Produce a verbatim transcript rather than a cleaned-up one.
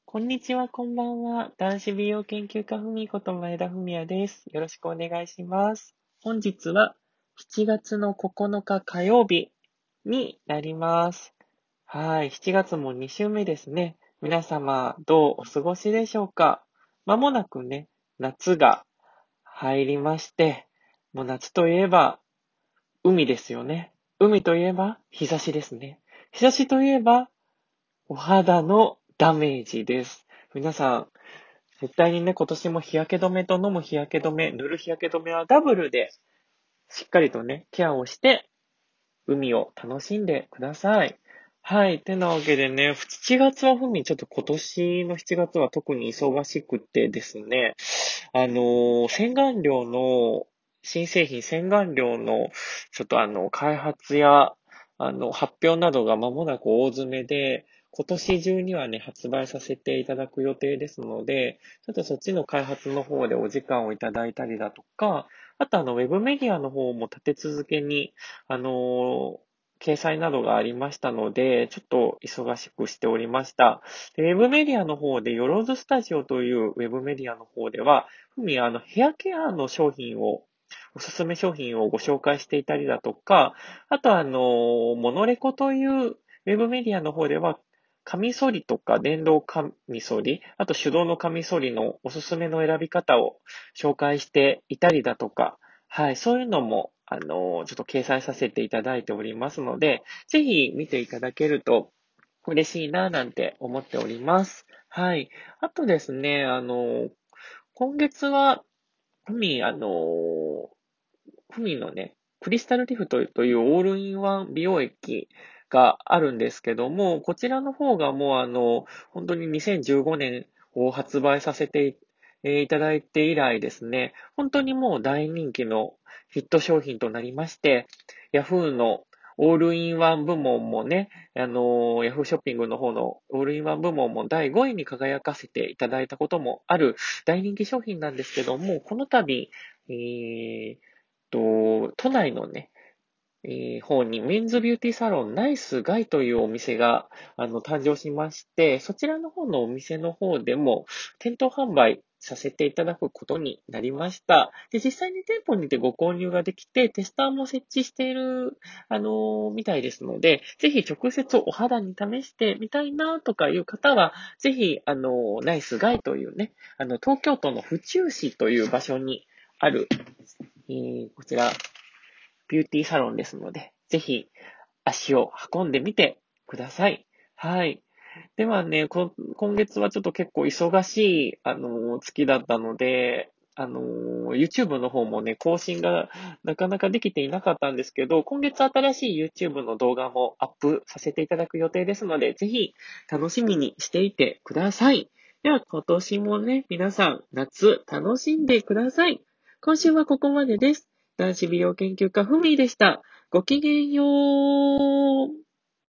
こんにちは、こんばんは。男子美容研究家ふみこと前田文也です。よろしくお願いします。本日はしちがつのここのか火曜日になります。はい、しちがつもに週目ですね。皆様どうお過ごしでしょうか？まもなくね、夏が入りまして、もう夏といえば海ですよね。海といえば日差しですね。日差しといえばお肌のダメージです。皆さん、絶対にね、今年も日焼け止めと飲む日焼け止め、塗る日焼け止めはダブルで、しっかりとね、ケアをして、海を楽しんでください。はい。てなわけでね、しちがつはふみ、ちょっと今年のしちがつは特に忙しくてですね、あのー洗顔料の、新製品洗顔料の、ちょっとあの、開発や、あの、発表などが間もなく大詰めで、今年中にはね、発売させていただく予定ですので、ちょっとそっちの開発の方でお時間をいただいたりだとか、あとあの、ウェブメディアの方も立て続けに、あのー掲載などがありましたので、ちょっと忙しくしておりました。でウェブメディアの方で、よろずスタジオというウェブメディアの方では、ふみ、あの、ヘアケアの商品を、おすすめ商品をご紹介していたりだとか、あとあの、モノレコというウェブメディアの方では、カミソリとか電動カミソリ、あと手動のカミソリのおすすめの選び方を紹介していたりだとか、はい、そういうのも、あの、ちょっと掲載させていただいておりますので、ぜひ見ていただけると嬉しいな、なんて思っております。はい。あとですね、あの、今月は、ふみ、あの、ふみのね、クリスタルリフトというオールインワン美容液があるんですけども、こちらの方がもうあの、本当ににせんじゅうごねんを発売させていただいて以来ですね、本当にもう大人気のヒット商品となりまして、ヤフーのオールインワン部門もね、あの、ヤフーショッピングの方のオールインワン部門もだいごいに輝かせていただいたこともある大人気商品なんですけども、この度、えーと、都内のね、えー方にメンズビューティーサロンナイスガイというお店があの誕生しまして、そちらの方のお店の方でも店頭販売させていただくことになりました。で、実際に店舗にてご購入ができて、テスターも設置している、あのーみたいですので、ぜひ直接お肌に試してみたいなとかいう方は、ぜひ、あのーナイスガイというね、あの、東京都の府中市という場所にある、えーこちら、ビューティーサロンですので、ぜひ足を運んでみてください。はい。ではね、こ今月はちょっと結構忙しい、あの、月だったので、あの、YouTube の方もね、更新がなかなかできていなかったんですけど、今月新しい YouTube の動画もアップさせていただく予定ですので、ぜひ楽しみにしていてください。では今年もね、皆さん夏楽しんでください。今週はここまでです。男子美容研究家ふみでした。ごきげんよう。